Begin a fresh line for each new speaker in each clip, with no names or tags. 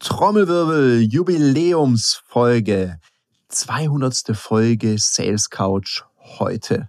Trommelwirbel, Jubiläumsfolge, 200. Folge Sales Couch heute.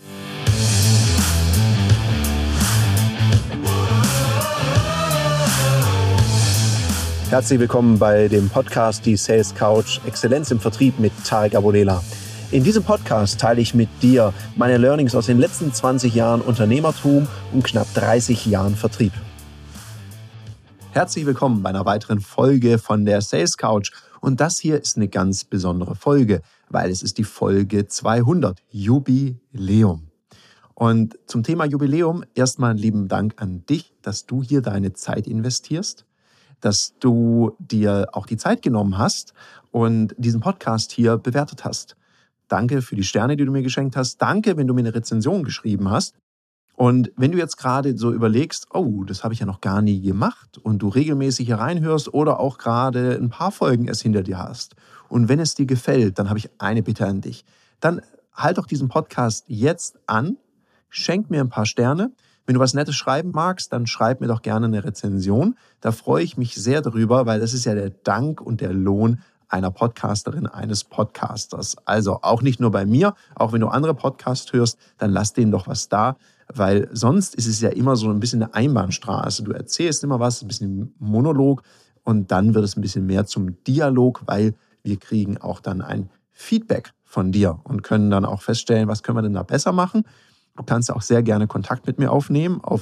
Herzlich willkommen bei dem Podcast Die Sales Couch Exzellenz im Vertrieb mit Tarek Abodela. In diesem Podcast teile ich mit dir meine Learnings aus den letzten 20 Jahren Unternehmertum und knapp 30 Jahren Vertrieb. Herzlich willkommen bei einer weiteren Folge von der Sales Couch. Und das hier ist eine ganz besondere Folge, weil es ist die Folge 200, Jubiläum. Und zum Thema Jubiläum erstmal einen lieben Dank an dich, dass du hier deine Zeit investierst, dass du dir auch die Zeit genommen hast und diesen Podcast hier bewertet hast. Danke für die Sterne, die du mir geschenkt hast. Danke, wenn du mir eine Rezension geschrieben hast. Und wenn du jetzt gerade so überlegst, oh, das habe ich ja noch gar nie gemacht und du regelmäßig hier reinhörst oder auch gerade ein paar Folgen erst hinter dir hast und wenn es dir gefällt, dann habe ich eine Bitte an dich. Dann halt doch diesen Podcast jetzt an, schenk mir ein paar Sterne. Wenn du was Nettes schreiben magst, dann schreib mir doch gerne eine Rezension. Da freue ich mich sehr darüber, weil das ist ja der Dank und der Lohn einer Podcasterin, eines Podcasters. Also auch nicht nur bei mir, auch wenn du andere Podcasts hörst, dann lass denen doch was da. Weil sonst ist es ja immer so ein bisschen eine Einbahnstraße. Du erzählst immer was, ein bisschen Monolog und dann wird es ein bisschen mehr zum Dialog, weil wir kriegen auch dann ein Feedback von dir und können dann auch feststellen, was können wir denn da besser machen. Du kannst auch sehr gerne Kontakt mit mir aufnehmen auf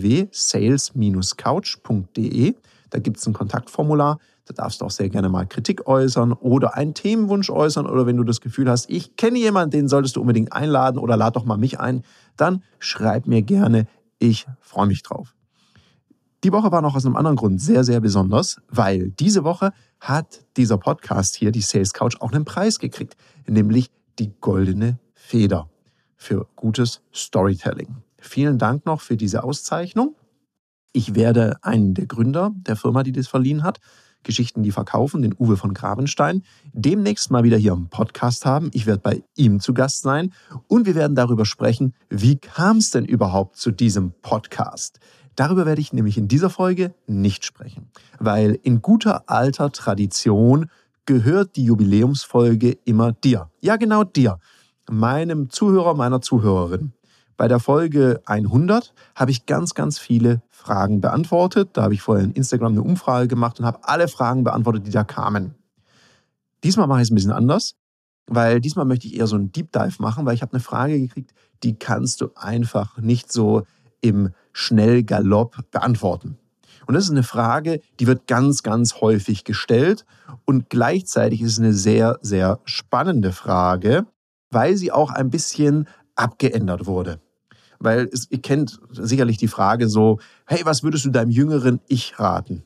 www.sales-couch.de. Da gibt es ein Kontaktformular. Da darfst du auch sehr gerne mal Kritik äußern oder einen Themenwunsch äußern. Oder wenn du das Gefühl hast, ich kenne jemanden, den solltest du unbedingt einladen oder lad doch mal mich ein, dann schreib mir gerne. Ich freue mich drauf. Die Woche war noch aus einem anderen Grund sehr, sehr besonders, weil diese Woche hat dieser Podcast hier, die Sales Couch, auch einen Preis gekriegt, nämlich die Goldene Feder für gutes Storytelling. Vielen Dank noch für diese Auszeichnung. Ich werde einen der Gründer der Firma, die das verliehen hat, Geschichten, die verkaufen, den Uwe von Grabenstein, demnächst mal wieder hier im Podcast haben. Ich werde bei ihm zu Gast sein und wir werden darüber sprechen, wie kam es denn überhaupt zu diesem Podcast? Darüber werde ich nämlich in dieser Folge nicht sprechen, weil in guter alter Tradition gehört die Jubiläumsfolge immer dir. Ja, genau dir, meinem Zuhörer, meiner Zuhörerin. Bei der Folge 100 habe ich ganz, ganz viele Fragen beantwortet. Da habe ich vorher in Instagram eine Umfrage gemacht und habe alle Fragen beantwortet, die da kamen. Diesmal mache ich es ein bisschen anders, weil diesmal möchte ich eher so einen Deep Dive machen, weil ich habe eine Frage gekriegt, die kannst du einfach nicht so im Schnellgalopp beantworten. Und das ist eine Frage, die wird ganz, ganz häufig gestellt und gleichzeitig ist es eine sehr, sehr spannende Frage, weil sie auch ein bisschen abgeändert wurde. Weil ihr kennt sicherlich die Frage so, hey, was würdest du deinem jüngeren Ich raten?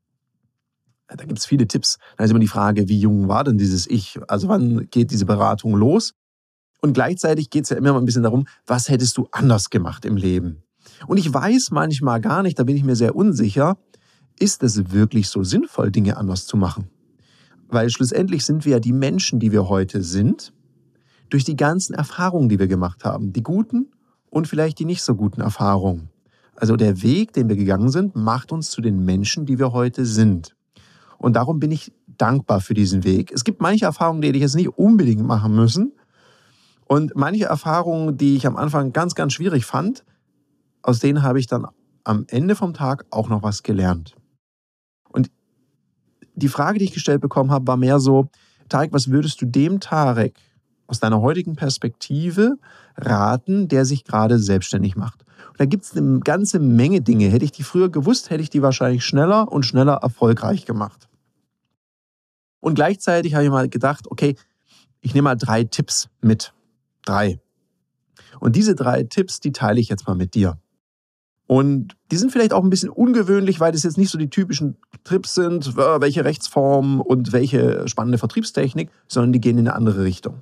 Da gibt es viele Tipps. Da ist immer die Frage, wie jung war denn dieses Ich? Also wann geht diese Beratung los? Und gleichzeitig geht es ja immer ein bisschen darum, was hättest du anders gemacht im Leben? Und ich weiß manchmal gar nicht, da bin ich mir sehr unsicher, ist es wirklich so sinnvoll, Dinge anders zu machen? Weil schlussendlich sind wir ja die Menschen, die wir heute sind, durch die ganzen Erfahrungen, die wir gemacht haben. Die guten und vielleicht die nicht so guten Erfahrungen. Also der Weg, den wir gegangen sind, macht uns zu den Menschen, die wir heute sind. Und darum bin ich dankbar für diesen Weg. Es gibt manche Erfahrungen, die ich jetzt nicht unbedingt machen müssen. Und manche Erfahrungen, die ich am Anfang ganz, ganz schwierig fand, aus denen habe ich dann am Ende vom Tag auch noch was gelernt. Und die Frage, die ich gestellt bekommen habe, war mehr so, Tarek, was würdest du dem Tarek aus deiner heutigen Perspektive raten, der sich gerade selbstständig macht? Und da gibt es eine ganze Menge Dinge. Hätte ich die früher gewusst, hätte ich die wahrscheinlich schneller und schneller erfolgreich gemacht. Und gleichzeitig habe ich mal gedacht, okay, ich nehme mal 3 Tipps mit. 3. Und diese 3 Tipps, die teile ich jetzt mal mit dir. Und die sind vielleicht auch ein bisschen ungewöhnlich, weil das jetzt nicht so die typischen Tipps sind, welche Rechtsform und welche spannende Vertriebstechnik, sondern die gehen in eine andere Richtung.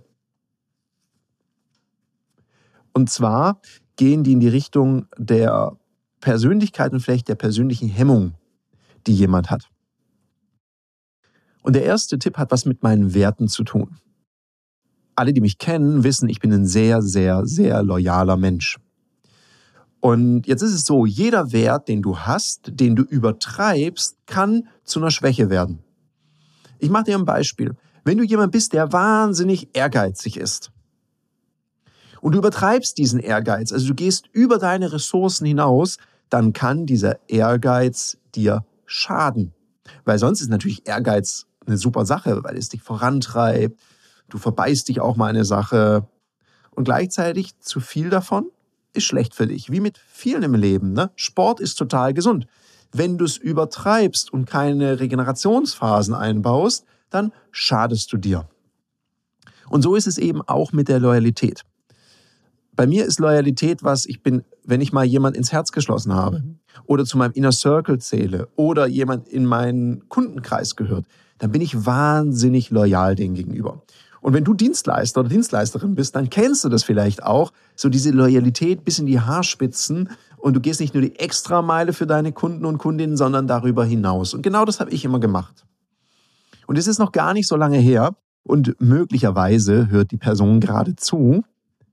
Und zwar gehen die in die Richtung der Persönlichkeit und vielleicht der persönlichen Hemmung, die jemand hat. Und der erste Tipp hat was mit meinen Werten zu tun. Alle, die mich kennen, wissen, ich bin ein sehr, sehr, sehr loyaler Mensch. Und jetzt ist es so, jeder Wert, den du hast, den du übertreibst, kann zu einer Schwäche werden. Ich mache dir ein Beispiel. Wenn du jemand bist, der wahnsinnig ehrgeizig ist und du übertreibst diesen Ehrgeiz, also du gehst über deine Ressourcen hinaus, dann kann dieser Ehrgeiz dir schaden. Weil sonst ist natürlich Ehrgeiz eine super Sache, weil es dich vorantreibt, du verbeißt dich auch mal eine Sache und gleichzeitig zu viel davon ist schlecht für dich, wie mit vielen im Leben. Ne? Sport ist total gesund. Wenn du es übertreibst und keine Regenerationsphasen einbaust, dann schadest du dir. Und so ist es eben auch mit der Loyalität. Bei mir ist Loyalität, was ich bin, wenn ich mal jemand ins Herz geschlossen habe oder zu meinem Inner Circle zähle oder jemand in meinen Kundenkreis gehört, dann bin ich wahnsinnig loyal dem gegenüber. Und wenn du Dienstleister oder Dienstleisterin bist, dann kennst du das vielleicht auch, so diese Loyalität bis in die Haarspitzen und du gehst nicht nur die Extrameile für deine Kunden und Kundinnen, sondern darüber hinaus. Und genau das habe ich immer gemacht. Und es ist noch gar nicht so lange her und möglicherweise hört die Person gerade zu.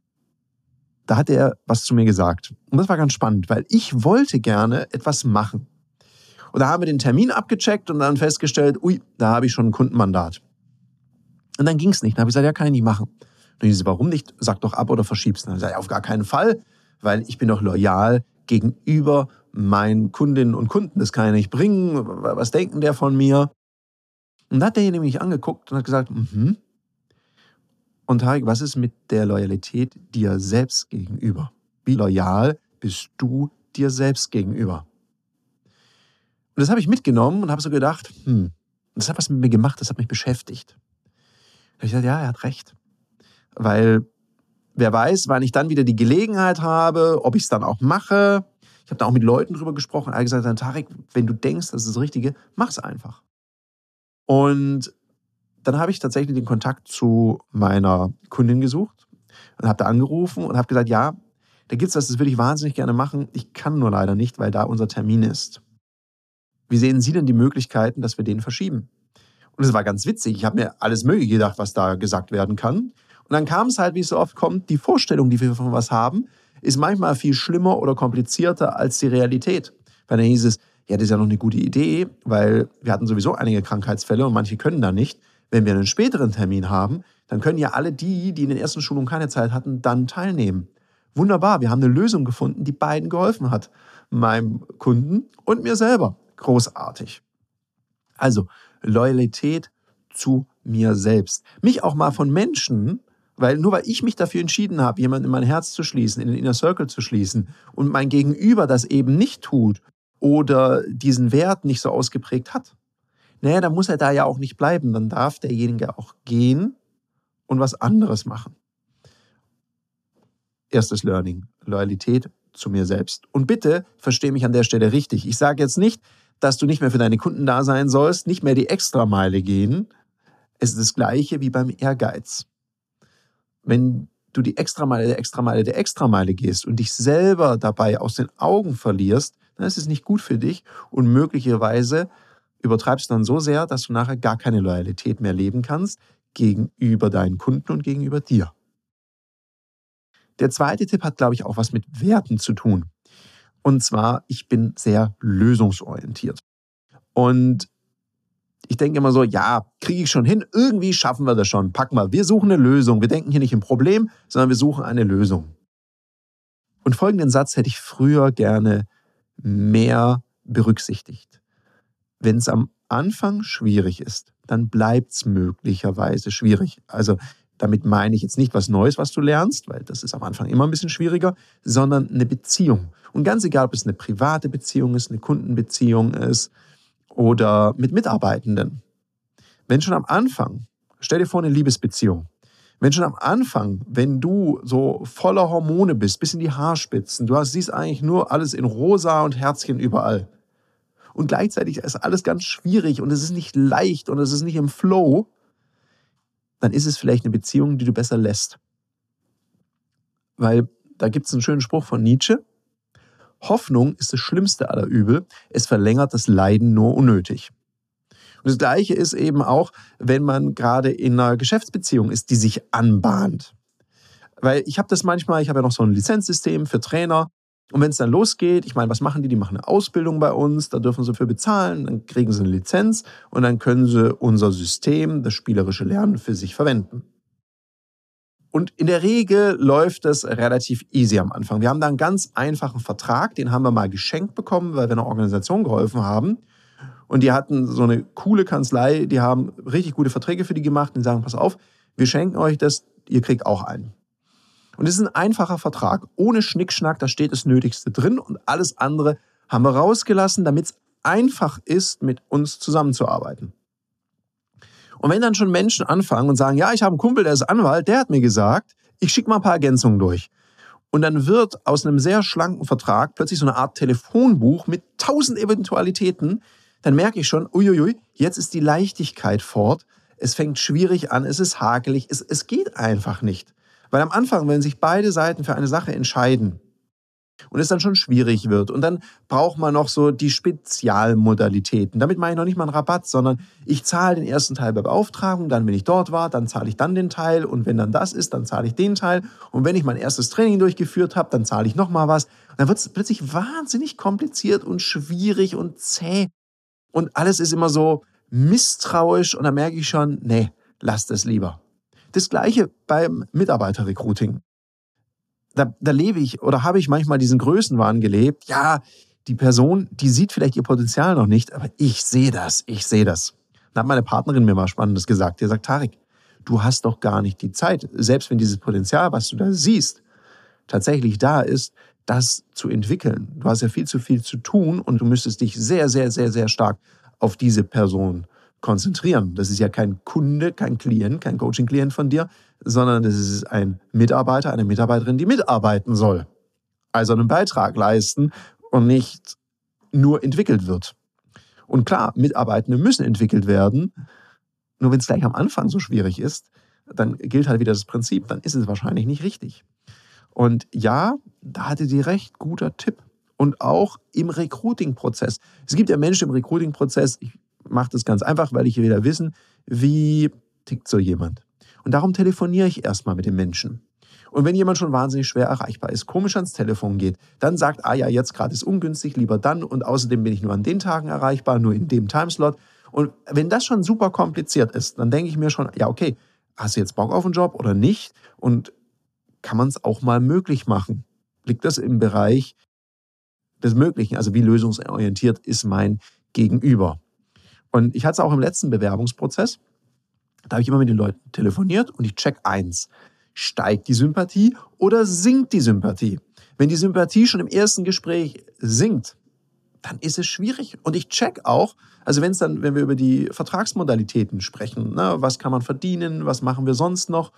Da hat er was zu mir gesagt. Und das war ganz spannend, weil ich wollte gerne etwas machen. Und da haben wir den Termin abgecheckt und dann festgestellt, ui, da habe ich schon ein Kundenmandat. Und dann ging es nicht. Dann habe ich gesagt, ja, kann ich nicht machen. Und ich so, warum nicht? Sag doch ab oder verschieb's. Dann habe ich gesagt, ja, auf gar keinen Fall, weil ich bin doch loyal gegenüber meinen Kundinnen und Kunden. Das kann ich nicht bringen. Was denken der von mir? Und dann hat derjenige mich angeguckt und hat gesagt, Und Tarek, was ist mit der Loyalität dir selbst gegenüber? Wie loyal bist du dir selbst gegenüber? Und das habe ich mitgenommen und habe so gedacht, das hat was mit mir gemacht, das hat mich beschäftigt. Da habe ich gesagt, ja, er hat recht. Weil wer weiß, wann ich dann wieder die Gelegenheit habe, ob ich es dann auch mache. Ich habe da auch mit Leuten drüber gesprochen. Er hat gesagt, Tarek, wenn du denkst, das ist das Richtige, mach's einfach. Und dann habe ich tatsächlich den Kontakt zu meiner Kundin gesucht und habe da angerufen und habe gesagt, ja, da gibt's was, das würde ich wahnsinnig gerne machen. Ich kann nur leider nicht, weil da unser Termin ist. Wie sehen Sie denn die Möglichkeiten, dass wir den verschieben? Und es war ganz witzig. Ich habe mir alles Mögliche gedacht, was da gesagt werden kann. Und dann kam es halt, wie es so oft kommt, die Vorstellung, die wir von was haben, ist manchmal viel schlimmer oder komplizierter als die Realität. Weil dann hieß es, ja, das ist ja noch eine gute Idee, weil wir hatten sowieso einige Krankheitsfälle und manche können da nicht. Wenn wir einen späteren Termin haben, dann können ja alle die in den ersten Schulungen keine Zeit hatten, dann teilnehmen. Wunderbar, wir haben eine Lösung gefunden, die beiden geholfen hat. Meinem Kunden und mir selber. Großartig. Also, Loyalität zu mir selbst. Mich auch mal von Menschen, weil ich mich dafür entschieden habe, jemanden in mein Herz zu schließen, in den Inner Circle zu schließen und mein Gegenüber das eben nicht tut oder diesen Wert nicht so ausgeprägt hat. Naja, dann muss er da ja auch nicht bleiben. Dann darf derjenige auch gehen und was anderes machen. Erstes Learning, Loyalität zu mir selbst. Und bitte verstehe mich an der Stelle richtig. Ich sage jetzt nicht, dass du nicht mehr für deine Kunden da sein sollst, nicht mehr die Extrameile gehen. Es ist das Gleiche wie beim Ehrgeiz. Wenn du die Extrameile gehst und dich selber dabei aus den Augen verlierst, dann ist es nicht gut für dich und möglicherweise übertreibst du dann so sehr, dass du nachher gar keine Loyalität mehr leben kannst gegenüber deinen Kunden und gegenüber dir. Der zweite Tipp hat, glaube ich, auch was mit Werten zu tun. Und zwar, ich bin sehr lösungsorientiert. Und ich denke immer so, ja, kriege ich schon hin, irgendwie schaffen wir das schon. Pack mal, wir suchen eine Lösung. Wir denken hier nicht im Problem, sondern wir suchen eine Lösung. Und folgenden Satz hätte ich früher gerne mehr berücksichtigt. Wenn es am Anfang schwierig ist, dann bleibt es möglicherweise schwierig. Also damit meine ich jetzt nicht was Neues, was du lernst, weil das ist am Anfang immer ein bisschen schwieriger, sondern eine Beziehung. Und ganz egal, ob es eine private Beziehung ist, eine Kundenbeziehung ist oder mit Mitarbeitenden. Wenn schon am Anfang, stell dir vor eine Liebesbeziehung, wenn schon am Anfang, wenn du so voller Hormone bist, bis in die Haarspitzen, siehst eigentlich nur alles in rosa und Herzchen überall. Und gleichzeitig ist alles ganz schwierig und es ist nicht leicht und es ist nicht im Flow, dann ist es vielleicht eine Beziehung, die du besser lässt. Weil da gibt es einen schönen Spruch von Nietzsche. Hoffnung ist das schlimmste aller Übel. Es verlängert das Leiden nur unnötig. Und das Gleiche ist eben auch, wenn man gerade in einer Geschäftsbeziehung ist, die sich anbahnt. Weil ich habe das manchmal, ich habe ja noch so ein Lizenzsystem für Trainer Und wenn es dann losgeht, ich meine, was machen die? Die machen eine Ausbildung bei uns, da dürfen sie für bezahlen, dann kriegen sie eine Lizenz und dann können sie unser System, das spielerische Lernen, für sich verwenden. Und in der Regel läuft das relativ easy am Anfang. Wir haben da einen ganz einfachen Vertrag, den haben wir mal geschenkt bekommen, weil wir einer Organisation geholfen haben. Und die hatten so eine coole Kanzlei, die haben richtig gute Verträge für die gemacht und die sagen, pass auf, wir schenken euch das, ihr kriegt auch einen. Und es ist ein einfacher Vertrag, ohne Schnickschnack, da steht das Nötigste drin und alles andere haben wir rausgelassen, damit es einfach ist, mit uns zusammenzuarbeiten. Und wenn dann schon Menschen anfangen und sagen, ja, ich habe einen Kumpel, der ist Anwalt, der hat mir gesagt, ich schicke mal ein paar Ergänzungen durch. Und dann wird aus einem sehr schlanken Vertrag plötzlich so eine Art Telefonbuch mit 1000 Eventualitäten, dann merke ich schon, uiuiui, jetzt ist die Leichtigkeit fort, es fängt schwierig an, es ist hakelig, es geht einfach nicht. Weil am Anfang, wenn sich beide Seiten für eine Sache entscheiden und es dann schon schwierig wird und dann braucht man noch so die Spezialmodalitäten. Damit meine ich noch nicht mal einen Rabatt, sondern ich zahle den ersten Teil bei Beauftragung, dann, wenn ich dort war, dann zahle ich dann den Teil und wenn dann das ist, dann zahle ich den Teil und wenn ich mein erstes Training durchgeführt habe, dann zahle ich nochmal was. Und dann wird es plötzlich wahnsinnig kompliziert und schwierig und zäh und alles ist immer so misstrauisch und dann merke ich schon, nee, lass das lieber. Das Gleiche beim Mitarbeiterrecruiting. Da lebe ich oder habe ich manchmal diesen Größenwahn gelebt. Ja, die Person, die sieht vielleicht ihr Potenzial noch nicht, aber ich sehe das. Dann hat meine Partnerin mir mal Spannendes gesagt. Die sagt, Tarek, du hast doch gar nicht die Zeit, selbst wenn dieses Potenzial, was du da siehst, tatsächlich da ist, das zu entwickeln. Du hast ja viel zu tun und du müsstest dich sehr, sehr, sehr, sehr stark auf diese Person konzentrieren. Das ist ja kein Kunde, kein Klient, kein Coaching-Klient von dir, sondern das ist ein Mitarbeiter, eine Mitarbeiterin, die mitarbeiten soll. Also einen Beitrag leisten und nicht nur entwickelt wird. Und klar, Mitarbeitende müssen entwickelt werden, nur wenn es gleich am Anfang so schwierig ist, dann gilt halt wieder das Prinzip, dann ist es wahrscheinlich nicht richtig. Und ja, da hatte die recht, guter Tipp. Und auch im Recruiting-Prozess. Es gibt ja Menschen im Recruiting-Prozess, ich mache das ganz einfach, weil ich will wissen, wie tickt so jemand. Und darum telefoniere ich erstmal mit dem Menschen. Und wenn jemand schon wahnsinnig schwer erreichbar ist, komisch ans Telefon geht, dann sagt, ja, jetzt gerade ist ungünstig, lieber dann und außerdem bin ich nur an den Tagen erreichbar, nur in dem Timeslot. Und wenn das schon super kompliziert ist, dann denke ich mir schon, ja, okay, hast du jetzt Bock auf einen Job oder nicht? Und kann man es auch mal möglich machen? Liegt das im Bereich des Möglichen? Also wie lösungsorientiert ist mein Gegenüber? Und ich hatte es auch im letzten Bewerbungsprozess. Da habe ich immer mit den Leuten telefoniert und ich check eins. Steigt die Sympathie oder sinkt die Sympathie? Wenn die Sympathie schon im ersten Gespräch sinkt, dann ist es schwierig. Und ich check auch, also wenn wir über die Vertragsmodalitäten sprechen, ne, was kann man verdienen, was machen wir sonst noch?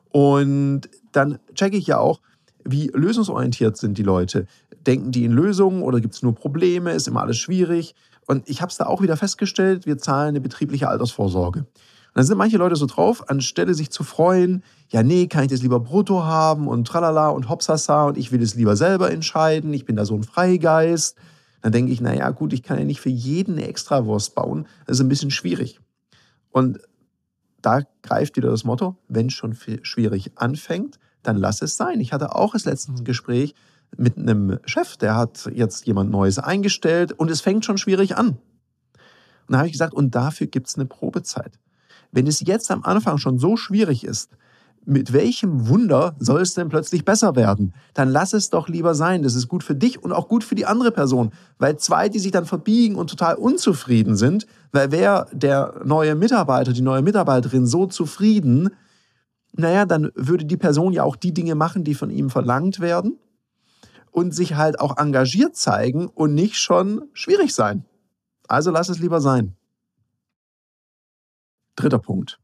Und dann checke ich ja auch, wie lösungsorientiert sind die Leute. Denken die in Lösungen oder gibt es nur Probleme? Ist immer alles schwierig? Und ich habe es da auch wieder festgestellt, wir zahlen eine betriebliche Altersvorsorge. Und dann sind manche Leute so drauf, anstelle sich zu freuen, ja nee, kann ich das lieber brutto haben und tralala und hopsasa und ich will es lieber selber entscheiden, ich bin da so ein Freigeist. Dann denke ich, naja gut, ich kann ja nicht für jeden eine Extrawurst bauen, das ist ein bisschen schwierig. Und da greift wieder das Motto, wenn es schon schwierig anfängt, dann lass es sein. Ich hatte auch letztens ein Gespräch mit einem Chef, der hat jetzt jemand Neues eingestellt und es fängt schon schwierig an. Und da habe ich gesagt, und dafür gibt es eine Probezeit. Wenn es jetzt am Anfang schon so schwierig ist, mit welchem Wunder soll es denn plötzlich besser werden? Dann lass es doch lieber sein. Das ist gut für dich und auch gut für die andere Person. Weil zwei, die sich dann verbiegen und total unzufrieden sind, weil wäre der neue Mitarbeiter, die neue Mitarbeiterin so zufrieden, naja, dann würde die Person ja auch die Dinge machen, die von ihm verlangt werden und sich halt auch engagiert zeigen und nicht schon schwierig sein. Also lass es lieber sein. 3. Punkt.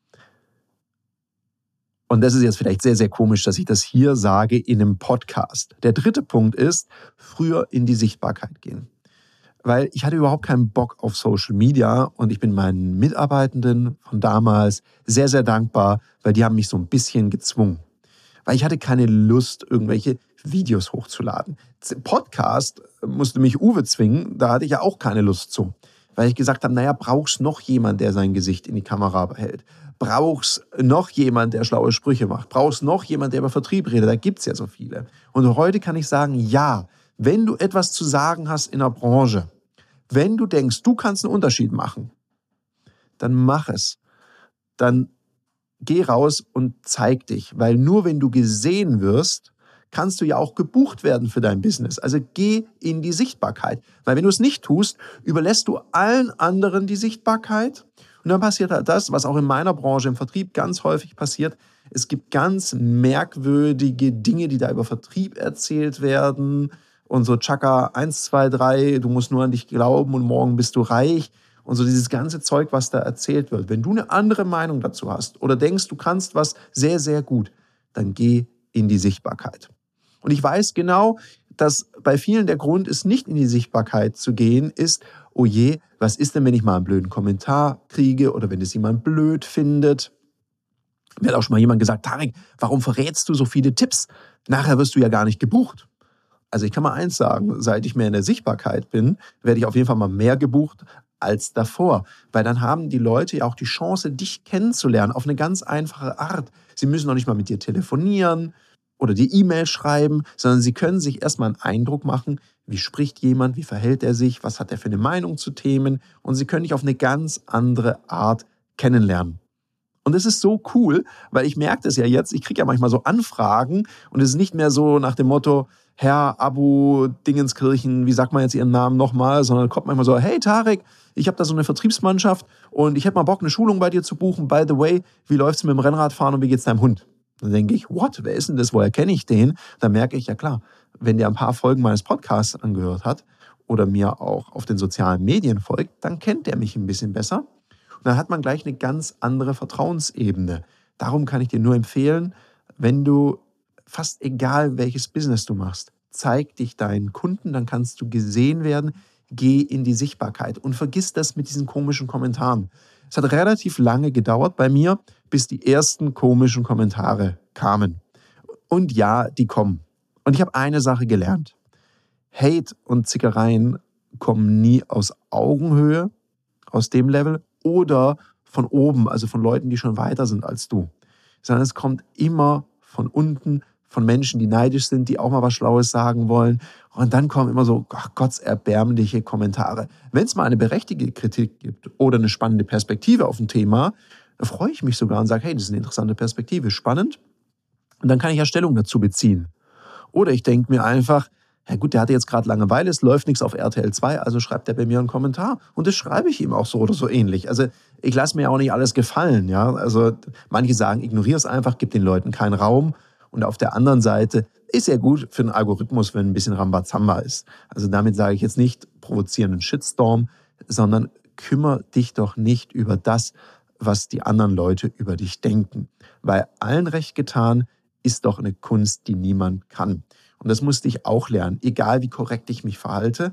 Und das ist jetzt vielleicht sehr, sehr komisch, dass ich das hier sage in einem Podcast. Der 3. Punkt ist, früher in die Sichtbarkeit gehen. Weil ich hatte überhaupt keinen Bock auf Social Media und ich bin meinen Mitarbeitenden von damals sehr, sehr dankbar, weil die haben mich so ein bisschen gezwungen. Weil ich hatte keine Lust, irgendwelche Videos hochzuladen. Podcast musste mich Uwe zwingen, da hatte ich ja auch keine Lust zu. weil ich gesagt habe, naja, brauchst noch jemand, der sein Gesicht in die Kamera hält? Brauchst noch jemand, der schlaue Sprüche macht? Brauchst noch jemand, der über Vertrieb redet? Da gibt es ja so viele. Und heute kann ich sagen, ja, wenn du etwas zu sagen hast in der Branche, wenn du denkst, du kannst einen Unterschied machen, dann mach es. Dann geh raus und zeig dich, weil nur wenn du gesehen wirst, kannst du ja auch gebucht werden für dein Business. Also geh in die Sichtbarkeit, weil wenn du es nicht tust, überlässt du allen anderen die Sichtbarkeit und dann passiert halt das, was auch in meiner Branche im Vertrieb ganz häufig passiert. Es gibt ganz merkwürdige Dinge, die da über Vertrieb erzählt werden und so Chaka 1, 2, 3, du musst nur an dich glauben und morgen bist du reich. Und so dieses ganze Zeug, was da erzählt wird. Wenn du eine andere Meinung dazu hast oder denkst, du kannst was sehr, sehr gut, dann geh in die Sichtbarkeit. Und ich weiß genau, dass bei vielen der Grund ist, nicht in die Sichtbarkeit zu gehen, ist, oh je, was ist denn, wenn ich mal einen blöden Kommentar kriege oder wenn es jemand blöd findet? Mir hat auch schon mal jemand gesagt, Tarek, warum verrätst du so viele Tipps? Nachher wirst du ja gar nicht gebucht. Also ich kann mal eins sagen, seit ich mehr in der Sichtbarkeit bin, werde ich auf jeden Fall mal mehr gebucht als davor. Weil dann haben die Leute ja auch die Chance, dich kennenzulernen auf eine ganz einfache Art. Sie müssen noch nicht mal mit dir telefonieren oder die E-Mail schreiben, sondern sie können sich erstmal einen Eindruck machen, wie spricht jemand, wie verhält er sich, was hat er für eine Meinung zu Themen und sie können dich auf eine ganz andere Art kennenlernen. Und es ist so cool, weil ich merke das ja jetzt, ich kriege ja manchmal so Anfragen und es ist nicht mehr so nach dem Motto, Herr Abu Dingenskirchen, wie sagt man jetzt Ihren Namen nochmal, sondern kommt manchmal so, hey Tarek, ich habe da so eine Vertriebsmannschaft und ich hätte mal Bock, eine Schulung bei dir zu buchen. By the way, wie läuft's mit dem Rennradfahren und wie geht's deinem Hund? Dann denke ich, what, wer ist denn das, woher kenne ich den? Dann merke ich, ja klar, wenn der ein paar Folgen meines Podcasts angehört hat oder mir auch auf den sozialen Medien folgt, dann kennt er mich ein bisschen besser. Und dann hat man gleich eine ganz andere Vertrauensebene. Darum kann ich dir nur empfehlen, wenn du fast egal, welches Business du machst, zeig dich deinen Kunden, dann kannst du gesehen werden, geh in die Sichtbarkeit und vergiss das mit diesen komischen Kommentaren. Es hat relativ lange gedauert bei mir, bis die ersten komischen Kommentare kamen. Und ja, die kommen. Und ich habe eine Sache gelernt. Hate und Zickereien kommen nie aus Augenhöhe, aus dem Level, oder von oben, also von Leuten, die schon weiter sind als du. Sondern es kommt immer von unten, von Menschen, die neidisch sind, die auch mal was Schlaues sagen wollen. Und dann kommen immer so gottserbärmliche Kommentare. Wenn es mal eine berechtigte Kritik gibt oder eine spannende Perspektive auf ein Thema, da freue ich mich sogar und sage, hey, das ist eine interessante Perspektive, spannend. Und dann kann ich ja Stellung dazu beziehen. Oder ich denke mir einfach, ja gut, der hatte jetzt gerade Langeweile, es läuft nichts auf RTL 2, also schreibt er bei mir einen Kommentar. Und das schreibe ich ihm auch so oder so ähnlich. Also ich lasse mir auch nicht alles gefallen. Ja? Also manche sagen, ignoriere es einfach, gib den Leuten keinen Raum. Und auf der anderen Seite ist ja gut für einen Algorithmus, wenn ein bisschen Rambazamba ist. Also damit sage ich jetzt nicht provozieren einen Shitstorm, sondern kümmere dich doch nicht über das, was die anderen Leute über dich denken. Weil allen recht getan ist doch eine Kunst, die niemand kann. Und das musste ich auch lernen. Egal wie korrekt ich mich verhalte,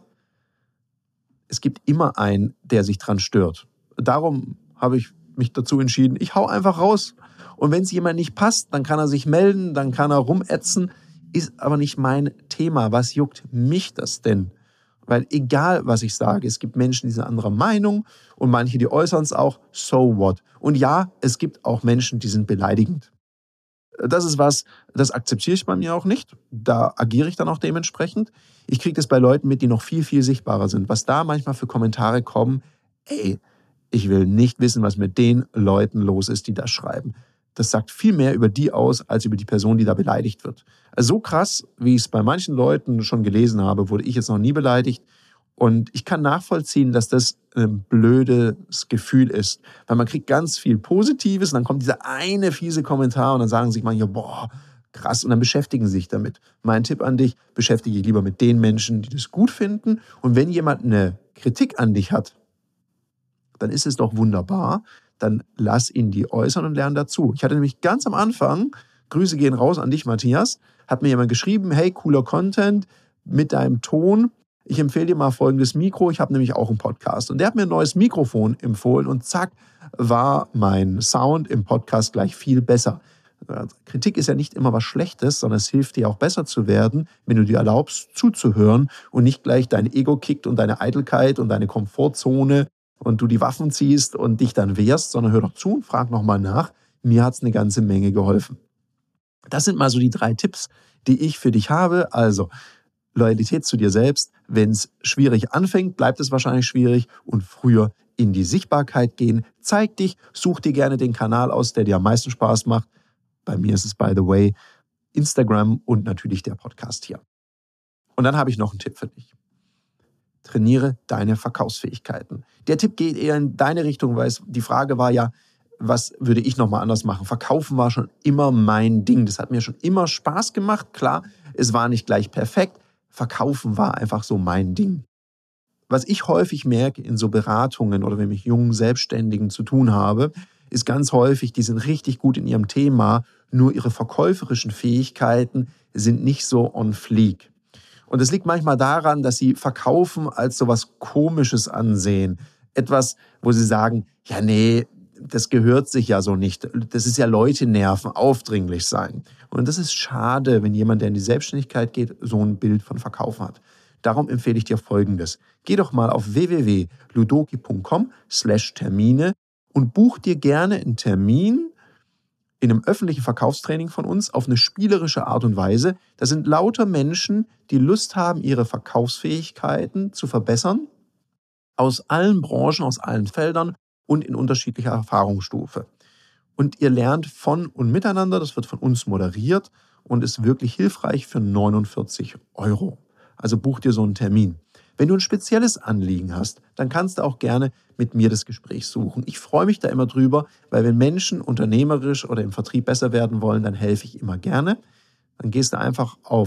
es gibt immer einen, der sich dran stört. Darum habe ich mich dazu entschieden, ich hau einfach raus. Und wenn es jemand nicht passt, dann kann er sich melden, dann kann er rumätzen. Ist aber nicht mein Thema. Was juckt mich das denn? Weil egal, was ich sage, es gibt Menschen, die sind anderer Meinung und manche, die äußern es auch, so what. Und ja, es gibt auch Menschen, die sind beleidigend. Das ist was, das akzeptiere ich bei mir auch nicht. Da agiere ich dann auch dementsprechend. Ich kriege das bei Leuten mit, die noch viel, viel sichtbarer sind. Was da manchmal für Kommentare kommen, ey, ich will nicht wissen, was mit den Leuten los ist, die das schreiben. Das sagt viel mehr über die aus, als über die Person, die da beleidigt wird. Also so krass, wie ich es bei manchen Leuten schon gelesen habe, wurde ich jetzt noch nie beleidigt. Und ich kann nachvollziehen, dass das ein blödes Gefühl ist. Weil man kriegt ganz viel Positives und dann kommt dieser eine fiese Kommentar und dann sagen sich manche, boah, krass, und dann beschäftigen sie sich damit. Mein Tipp an dich, beschäftige dich lieber mit den Menschen, die das gut finden. Und wenn jemand eine Kritik an dich hat, dann ist es doch wunderbar, dann lass ihn die äußern und lern dazu. Ich hatte nämlich ganz am Anfang, Grüße gehen raus an dich, Matthias, hat mir jemand geschrieben, hey, cooler Content mit deinem Ton. Ich empfehle dir mal folgendes Mikro, ich habe nämlich auch einen Podcast. Und der hat mir ein neues Mikrofon empfohlen und zack, war mein Sound im Podcast gleich viel besser. Kritik ist ja nicht immer was Schlechtes, sondern es hilft dir auch besser zu werden, wenn du dir erlaubst, zuzuhören und nicht gleich dein Ego kickt und deine Eitelkeit und deine Komfortzone und du die Waffen ziehst und dich dann wehrst, sondern hör doch zu und frag nochmal nach. Mir hat es eine ganze Menge geholfen. Das sind mal so die 3 Tipps, die ich für dich habe. Also Loyalität zu dir selbst. Wenn es schwierig anfängt, bleibt es wahrscheinlich schwierig und früher in die Sichtbarkeit gehen. Zeig dich, such dir gerne den Kanal aus, der dir am meisten Spaß macht. Bei mir ist es, by the way, Instagram und natürlich der Podcast hier. Und dann habe ich noch einen Tipp für dich. Trainiere deine Verkaufsfähigkeiten. Der Tipp geht eher in deine Richtung, weil die Frage war ja, was würde ich nochmal anders machen? Verkaufen war schon immer mein Ding. Das hat mir schon immer Spaß gemacht. Klar, es war nicht gleich perfekt. Verkaufen war einfach so mein Ding. Was ich häufig merke in so Beratungen oder wenn ich jungen Selbstständigen zu tun habe, ist ganz häufig, die sind richtig gut in ihrem Thema, nur ihre verkäuferischen Fähigkeiten sind nicht so on fleek. Und es liegt manchmal daran, dass sie Verkaufen als so was Komisches ansehen. Etwas, wo sie sagen, ja nee, das gehört sich ja so nicht. Das ist ja Leute nerven, aufdringlich sein. Und das ist schade, wenn jemand, der in die Selbstständigkeit geht, so ein Bild von Verkaufen hat. Darum empfehle ich dir Folgendes. Geh doch mal auf www.ludoki.com/Termine und buch dir gerne einen Termin in einem öffentlichen Verkaufstraining von uns auf eine spielerische Art und Weise. Das sind lauter Menschen, die Lust haben, ihre Verkaufsfähigkeiten zu verbessern, aus allen Branchen, aus allen Feldern und in unterschiedlicher Erfahrungsstufe. Und ihr lernt von und miteinander, das wird von uns moderiert und ist wirklich hilfreich für 49 €. Also buch dir so einen Termin. Wenn du ein spezielles Anliegen hast, dann kannst du auch gerne mit mir das Gespräch suchen. Ich freue mich da immer drüber, weil wenn Menschen unternehmerisch oder im Vertrieb besser werden wollen, dann helfe ich immer gerne. Dann gehst du einfach auf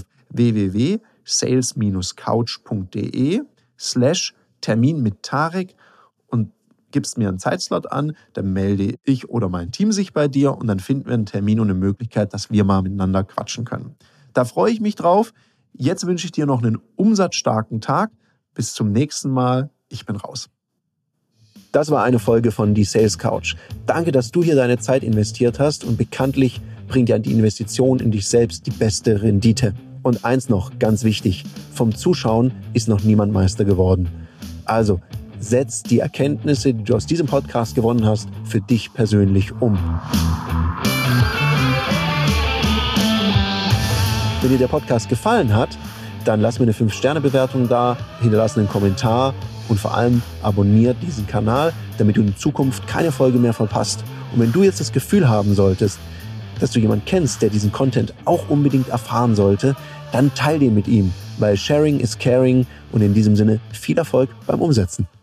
www.sales-couch.de/Termin mit Tarek und gibst mir einen Zeitslot an, dann melde ich oder mein Team sich bei dir und dann finden wir einen Termin und eine Möglichkeit, dass wir mal miteinander quatschen können. Da freue ich mich drauf. Jetzt wünsche ich dir noch einen umsatzstarken Tag. Bis zum nächsten Mal. Ich bin raus. Das war eine Folge von Die Sales Couch. Danke, dass du hier deine Zeit investiert hast und bekanntlich bringt ja die Investition in dich selbst die beste Rendite. Und eins noch, ganz wichtig, vom Zuschauen ist noch niemand Meister geworden. Also, setz die Erkenntnisse, die du aus diesem Podcast gewonnen hast, für dich persönlich um. Wenn dir der Podcast gefallen hat, dann lass mir eine 5-Sterne-Bewertung da, hinterlass einen Kommentar und vor allem abonniert diesen Kanal, damit du in Zukunft keine Folge mehr verpasst. Und wenn du jetzt das Gefühl haben solltest, dass du jemanden kennst, der diesen Content auch unbedingt erfahren sollte, dann teile den mit ihm, weil Sharing is Caring und in diesem Sinne viel Erfolg beim Umsetzen.